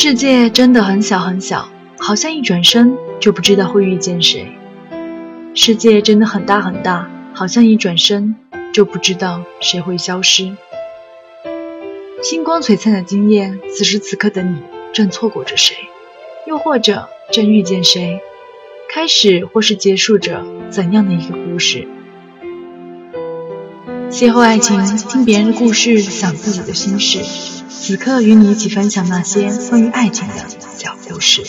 世界真的很小很小，好像一转身就不知道会遇见谁。世界真的很大很大，好像一转身就不知道谁会消失。星光璀璨的今夜，此时此刻的你正错过着谁，又或者正遇见谁，开始或是结束着怎样的一个故事。邂逅爱情，听别人的故事，想自己的心事。此刻与你一起分享那些关于爱情的小故事。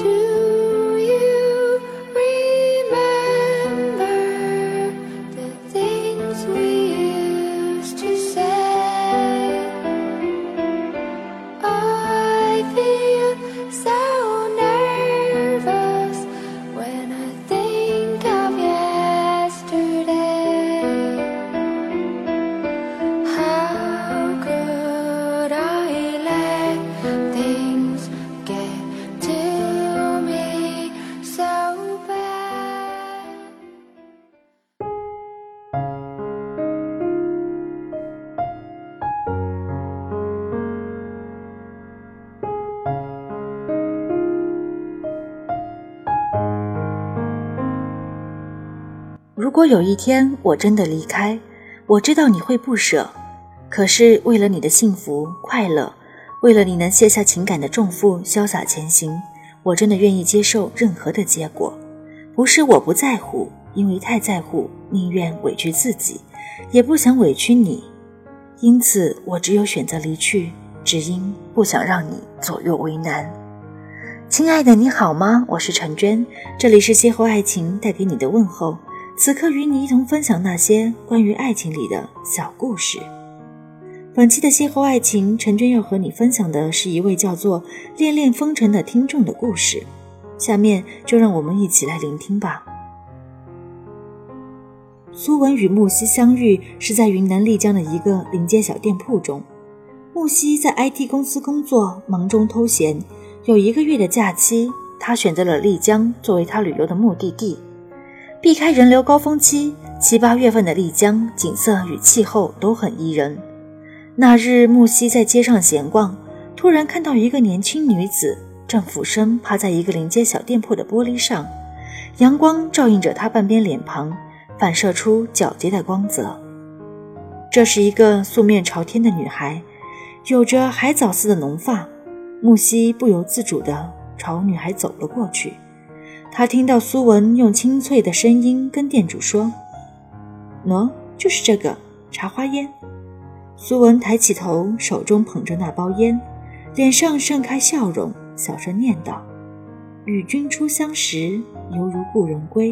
如果有一天我真的离开，我知道你会不舍，可是为了你的幸福快乐，为了你能卸下情感的重负潇洒前行，我真的愿意接受任何的结果。不是我不在乎，因为太在乎宁愿委屈自己，也不想委屈你，因此我只有选择离去，只因不想让你左右为难。亲爱的你好吗？我是陈娟，这里是邂逅爱情带给你的问候，此刻与你一同分享那些关于爱情里的小故事。本期的邂逅爱情，陈娟要和你分享的是一位叫做恋恋风尘的听众的故事，下面就让我们一起来聆听吧。苏文与木西相遇是在云南丽江的一个临街小店铺中。木西在 IT 公司工作，忙中偷闲，有1个月的假期，他选择了丽江作为他旅游的目的地。避开人流高峰期，7、8月份的丽江景色与气候都很宜人。那日木西在街上闲逛，突然看到一个年轻女子正俯身趴在一个临街小店铺的玻璃上，阳光照映着她半边脸庞，反射出皎洁的光泽。这是一个素面朝天的女孩，有着海藻似的浓发。木西不由自主地朝女孩走了过去。他听到苏文用清脆的声音跟店主说：“喏，就是这个茶花烟。”苏文抬起头，手中捧着那包烟，脸上盛开笑容，小声念道：“与君初相识，犹如故人归。”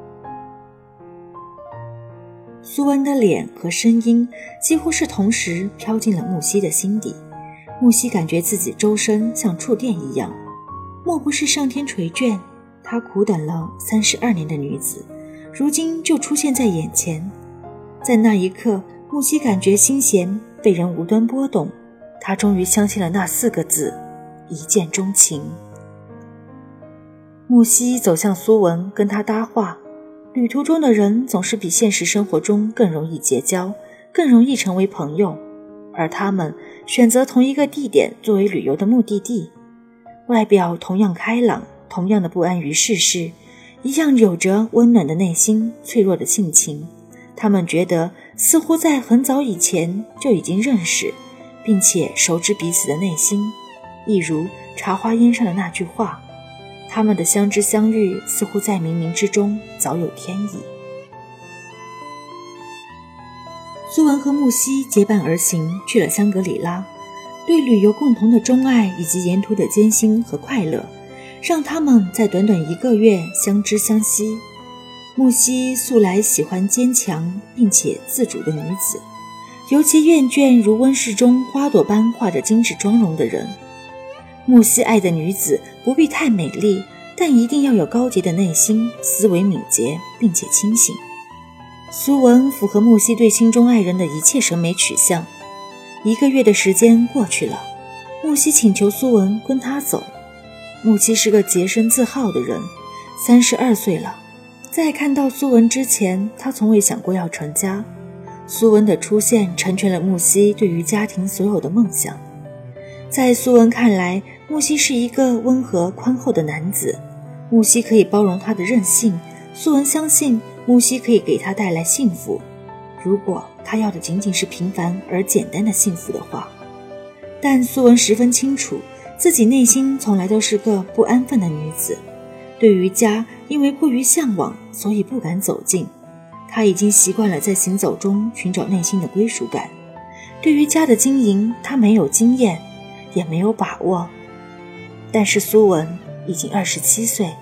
苏文的脸和声音几乎是同时飘进了木西的心底。木西感觉自己周身像触电一样，莫不是上天垂眷？她苦等了32年的女子，如今就出现在眼前。在那一刻，木西感觉心弦被人无端拨动，她终于相信了那4个字：一见钟情。木西走向苏文，跟他搭话。旅途中的人总是比现实生活中更容易结交，更容易成为朋友，而他们选择同一个地点作为旅游的目的地，外表同样开朗，同样的不安于世事，一样有着温暖的内心，脆弱的性情。他们觉得似乎在很早以前就已经认识，并且熟知彼此的内心，一如茶花烟上的那句话，他们的相知相遇似乎在冥冥之中早有天意。苏文和木西结伴而行，去了香格里拉。对旅游共同的钟爱以及沿途的艰辛和快乐，让他们在短短1个月相知相惜。木西素来喜欢坚强并且自主的女子，尤其厌倦如温室中花朵般画着精致妆容的人。木西爱的女子不必太美丽，但一定要有高洁的内心，思维敏捷并且清醒。苏文符合木西对心中爱人的一切审美取向。1个月的时间过去了，木西请求苏文跟他走。木西是个洁身自好的人，32岁了，在看到苏文之前，他从未想过要成家。苏文的出现成全了木西对于家庭所有的梦想。在苏文看来， 木西是一个温和宽厚的男子，木西可以包容他的任性，苏文相信木西可以给他带来幸福，如果他要的仅仅是平凡而简单的幸福的话。但苏文十分清楚，自己内心从来都是个不安分的女子，对于家因为过于向往，所以不敢走近。她已经习惯了在行走中寻找内心的归属感，对于家的经营，她没有经验，也没有把握。但是苏文已经27岁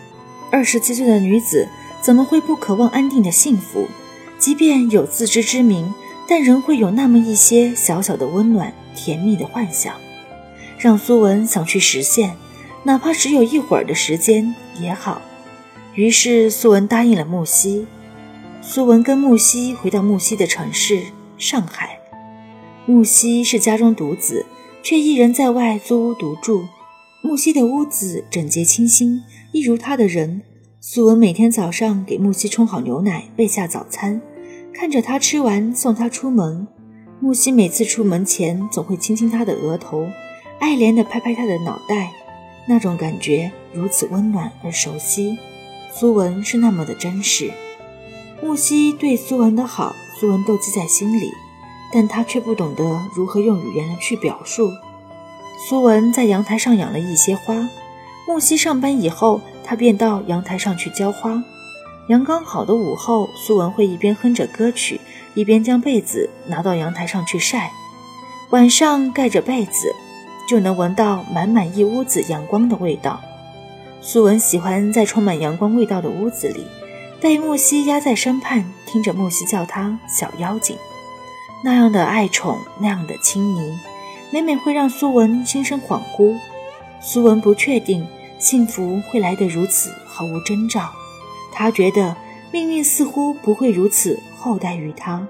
，27岁的女子怎么会不渴望安定的幸福？即便有自知之明，但仍会有那么一些小小的温暖，甜蜜的幻想，让苏文想去实现，哪怕只有一会儿的时间也好。于是苏文答应了木西。苏文跟木西回到木西的城市上海。木西是家中独子，却一人在外租屋独住。木西的屋子整洁清新，一如他的人。苏文每天早上给木西冲好牛奶，备下早餐，看着他吃完送他出门。木西每次出门前总会亲亲他的额头，爱怜地拍拍他的脑袋，那种感觉如此温暖而熟悉，苏文是那么的真实。木西对苏文的好，苏文都记在心里，但他却不懂得如何用语言去表述。苏文在阳台上养了一些花，木西上班以后，他便到阳台上去浇花。阳刚好的午后，苏文会一边哼着歌曲，一边将被子拿到阳台上去晒。晚上盖着被子，就能闻到满满一屋子阳光的味道。苏文喜欢在充满阳光味道的屋子里，被木西压在身畔，听着木西叫他小妖精，那样的爱宠，那样的亲昵，每每会让苏文心生恍惚。苏文不确定幸福会来得如此毫无征兆，他觉得命运似乎不会如此厚待于他。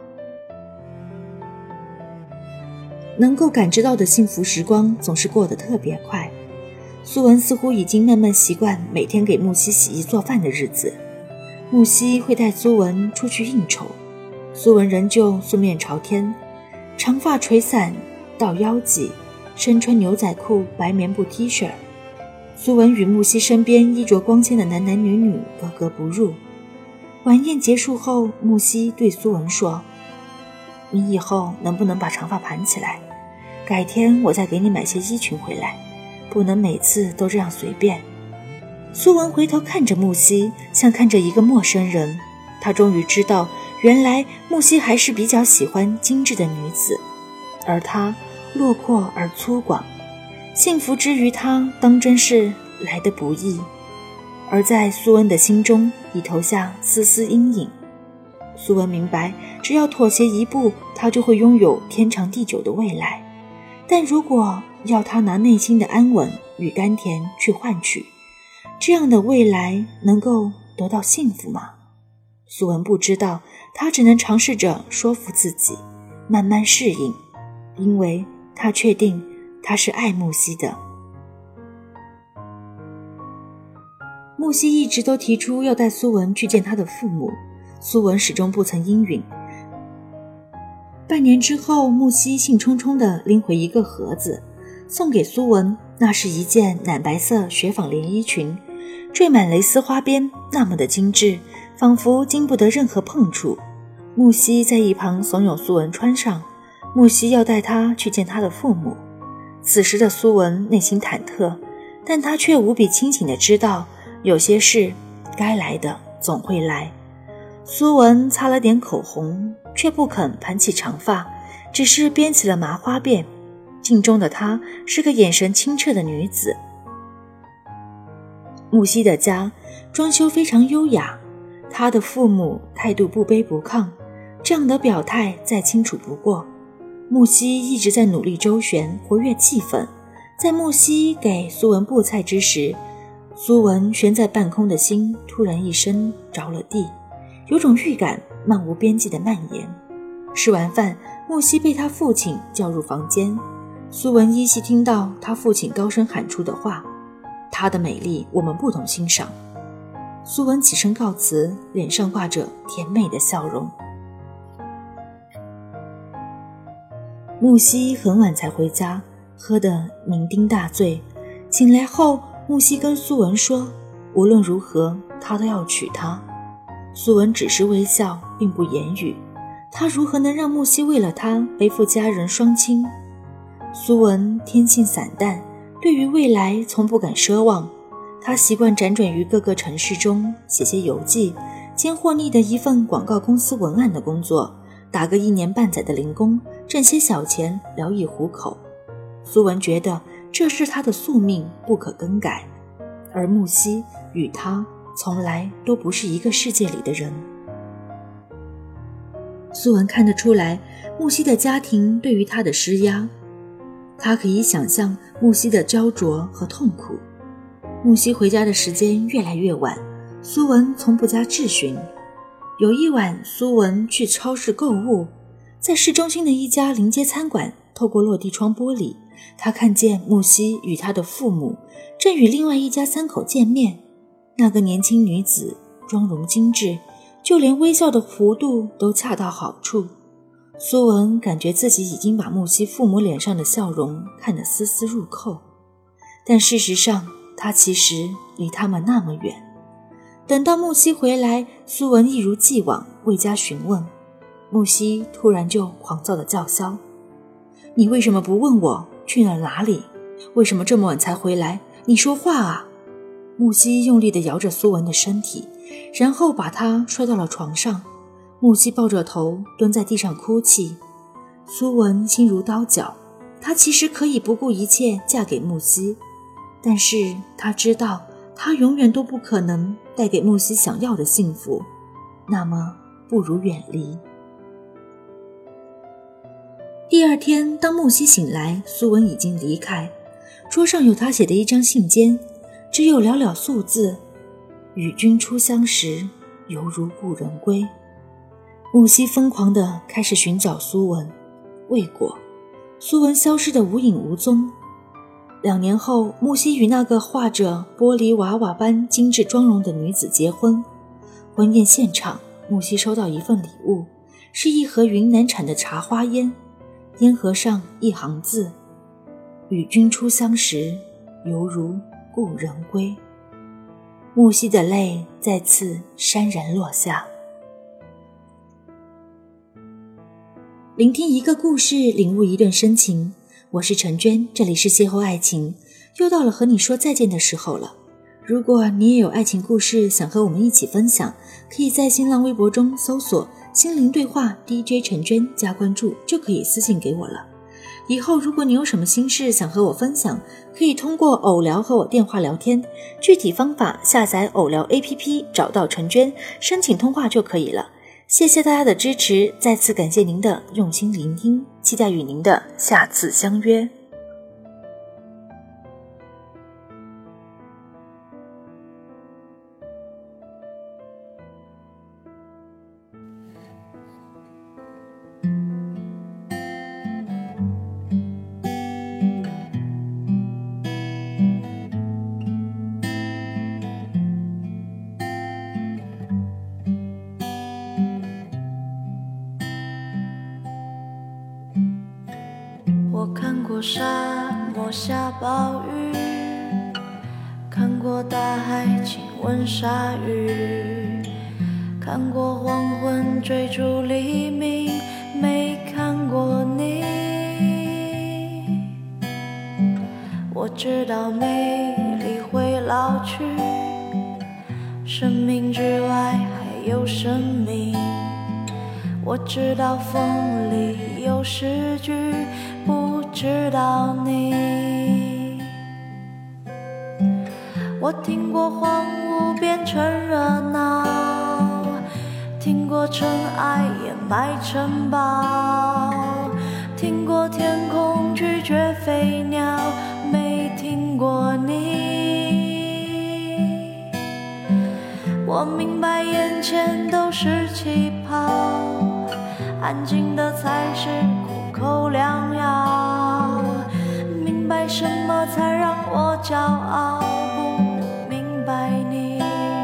能够感知到的幸福时光总是过得特别快，苏文似乎已经慢慢习惯每天给木西洗衣做饭的日子。木西会带苏文出去应酬，苏文仍旧素面朝天，长发垂散到腰际，身穿牛仔裤白棉布 T 恤。苏文与木西身边衣着光鲜的男男女女格格不入。晚宴结束后，木西对苏文说，你以后能不能把长发盘起来？改天我再给你买些衣裙回来，不能每次都这样随便。苏文回头看着木西，像看着一个陌生人。他终于知道，原来木西还是比较喜欢精致的女子，而他落魄而粗犷，幸福之于他当真是来得不易。而在苏文的心中已投下丝丝阴影。苏文明白，只要妥协一步，他就会拥有天长地久的未来。但如果要他拿内心的安稳与甘甜去换取，这样的未来能够得到幸福吗？苏文不知道，他只能尝试着说服自己，慢慢适应，因为他确定他是爱木西的。木西一直都提出要带苏文去见他的父母，苏文始终不曾应允。半年之后，木西兴冲冲地拎回一个盒子，送给苏文，那是一件奶白色雪纺连衣裙，缀满蕾丝花边，那么的精致，仿佛经不得任何碰触。木西在一旁怂恿苏文穿上，木西要带他去见他的父母。此时的苏文内心忐忑，但他却无比清醒地知道，有些事该来的总会来。苏文擦了点口红，却不肯盘起长发，只是编起了麻花辫。镜中的她是个眼神清澈的女子。木西的家装修非常优雅，他的父母态度不卑不亢，这样的表态再清楚不过。木西一直在努力周旋，活跃气氛。在木西给苏文布菜之时，苏文悬在半空的心突然一声着了地，有种预感漫无边际的蔓延。吃完饭，木西被他父亲叫入房间，苏文依稀听到他父亲高声喊出的话，她的美丽我们不懂欣赏。苏文起身告辞，脸上挂着甜美的笑容。木西很晚才回家，喝得酩酊大醉， 醒来后，木西跟苏文说，无论如何他都要娶她。苏文只是微笑，并不言语。他如何能让木西为了他背负家人双亲？苏文天性散淡，对于未来从不敢奢望。他习惯辗转于各个城市中，写些游记，兼获腻的一份广告公司文案的工作，打个1年半载的零工，挣些小钱聊以糊口。苏文觉得这是他的宿命，不可更改。而木西与他从来都不是一个世界里的人。苏文看得出来木西的家庭对于他的施压，他可以想象木西的焦灼和痛苦。木西回家的时间越来越晚，苏文从不加质询。有一晚，苏文去超市购物，在市中心的一家临街餐馆，透过落地窗玻璃，他看见木西与他的父母正与另外一家3口见面。那个年轻女子妆容精致，就连微笑的弧度都恰到好处。苏文感觉自己已经把木西父母脸上的笑容看得丝丝入扣，但事实上他其实离他们那么远。等到木西回来，苏文一如既往未加询问，木西突然就狂躁地叫嚣，你为什么不问我去了哪里？为什么这么晚才回来？你说话啊！木西用力地摇着苏文的身体，然后把他摔到了床上。木西抱着头蹲在地上哭泣。苏文心如刀绞，她其实可以不顾一切嫁给木西，但是她知道她永远都不可能带给木西想要的幸福，那么不如远离。第二天，当木西醒来，苏文已经离开，桌上有他写的一张信笺，只有寥寥数字，与君初相识，犹如故人归。木西疯狂地开始寻找苏文，未果，苏文消失得无影无踪。2年后，木西与那个画着玻璃娃娃般精致妆容的女子结婚。婚宴现场，木西收到一份礼物，是一盒云南产的茶花烟，烟盒上一行字，与君初相识，犹如故人归。木西的泪再次潸然落下。聆听一个故事，领悟一段深情。我是陈娟，这里是邂逅爱情，又到了和你说再见的时候了。如果你也有爱情故事想和我们一起分享，可以在新浪微博中搜索心灵对话 DJ 陈娟加关注，就可以私信给我了。以后如果你有什么心事想和我分享，可以通过偶聊和我电话聊天，具体方法下载偶聊 APP 找到陈娟，申请通话就可以了。谢谢大家的支持，再次感谢您的用心聆听，期待与您的下次相约。 我看过沙漠下暴雨，看过大海亲吻鲨鱼，看过黄昏追逐黎明，没看过你。我知道美丽会老去，生命之外还有生命。我知道风里有诗句，不知道你。我听过荒芜变成热闹，听过尘埃掩埋城堡，听过天空拒绝飞鸟，没听过你。我明白眼前都是气泡，安静的才是苦口良药，明白什么才让我骄傲，不明白你。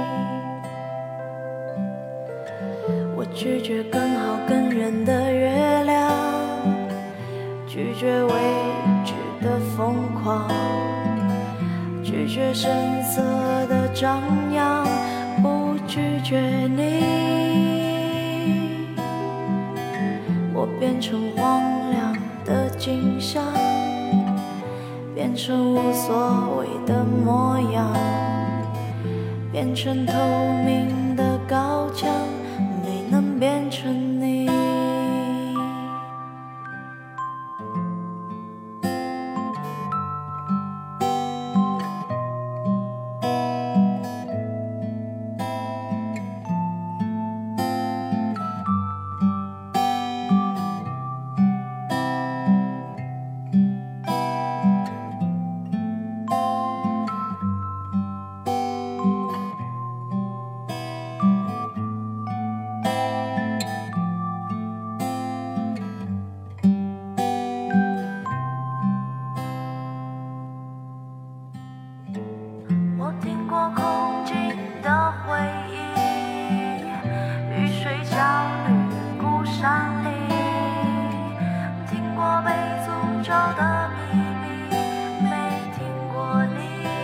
我拒绝更好更圆的月亮，拒绝未知的疯狂， 绝声色的张扬，不拒绝你。我变成荒凉的景象，变成无所谓的模样，变成透明的高墙，没能变成你。我听过空境的回忆，雨水焦虑孤山里，听过被诅咒的秘密，没听过你。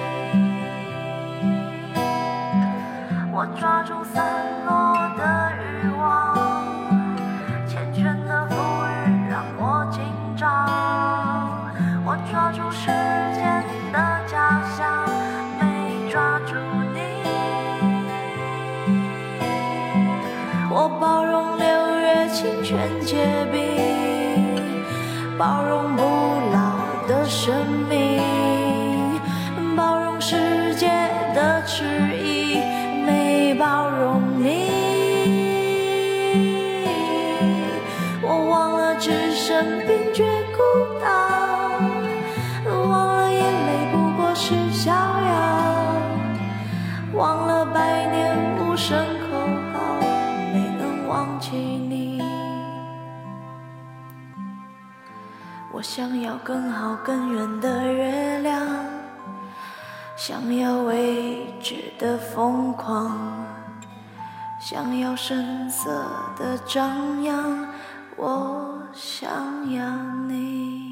我抓住散落的欲望，缱绻的浮日让我紧张，我抓住时间的假象，抓住你。我包容六月清泉结冰，包容不老的生命，包容世界的迟疑，没包容你。我忘了置身冰绝孤岛，忘了眼泪不过是逍遥，忘了百年无声口号，没能忘记你。我想要更好更远的月亮，想要未知的疯狂，想要声色的张扬，我想要你。